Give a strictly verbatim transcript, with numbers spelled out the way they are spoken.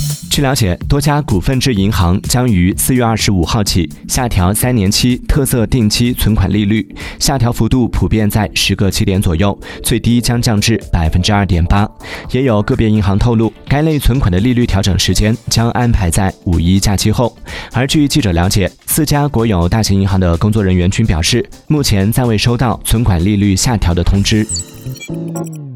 据了解，多家股份制银行将于四月二十五号起下调三年期特色定期存款利率，下调幅度普遍在十个基点左右，最低将降至百分之二点八。也有个别银行透露，该类存款的利率调整时间将安排在五一假期后。而据记者了解，四家国有大型银行的工作人员均表示，目前暂未收到存款利率下调的通知。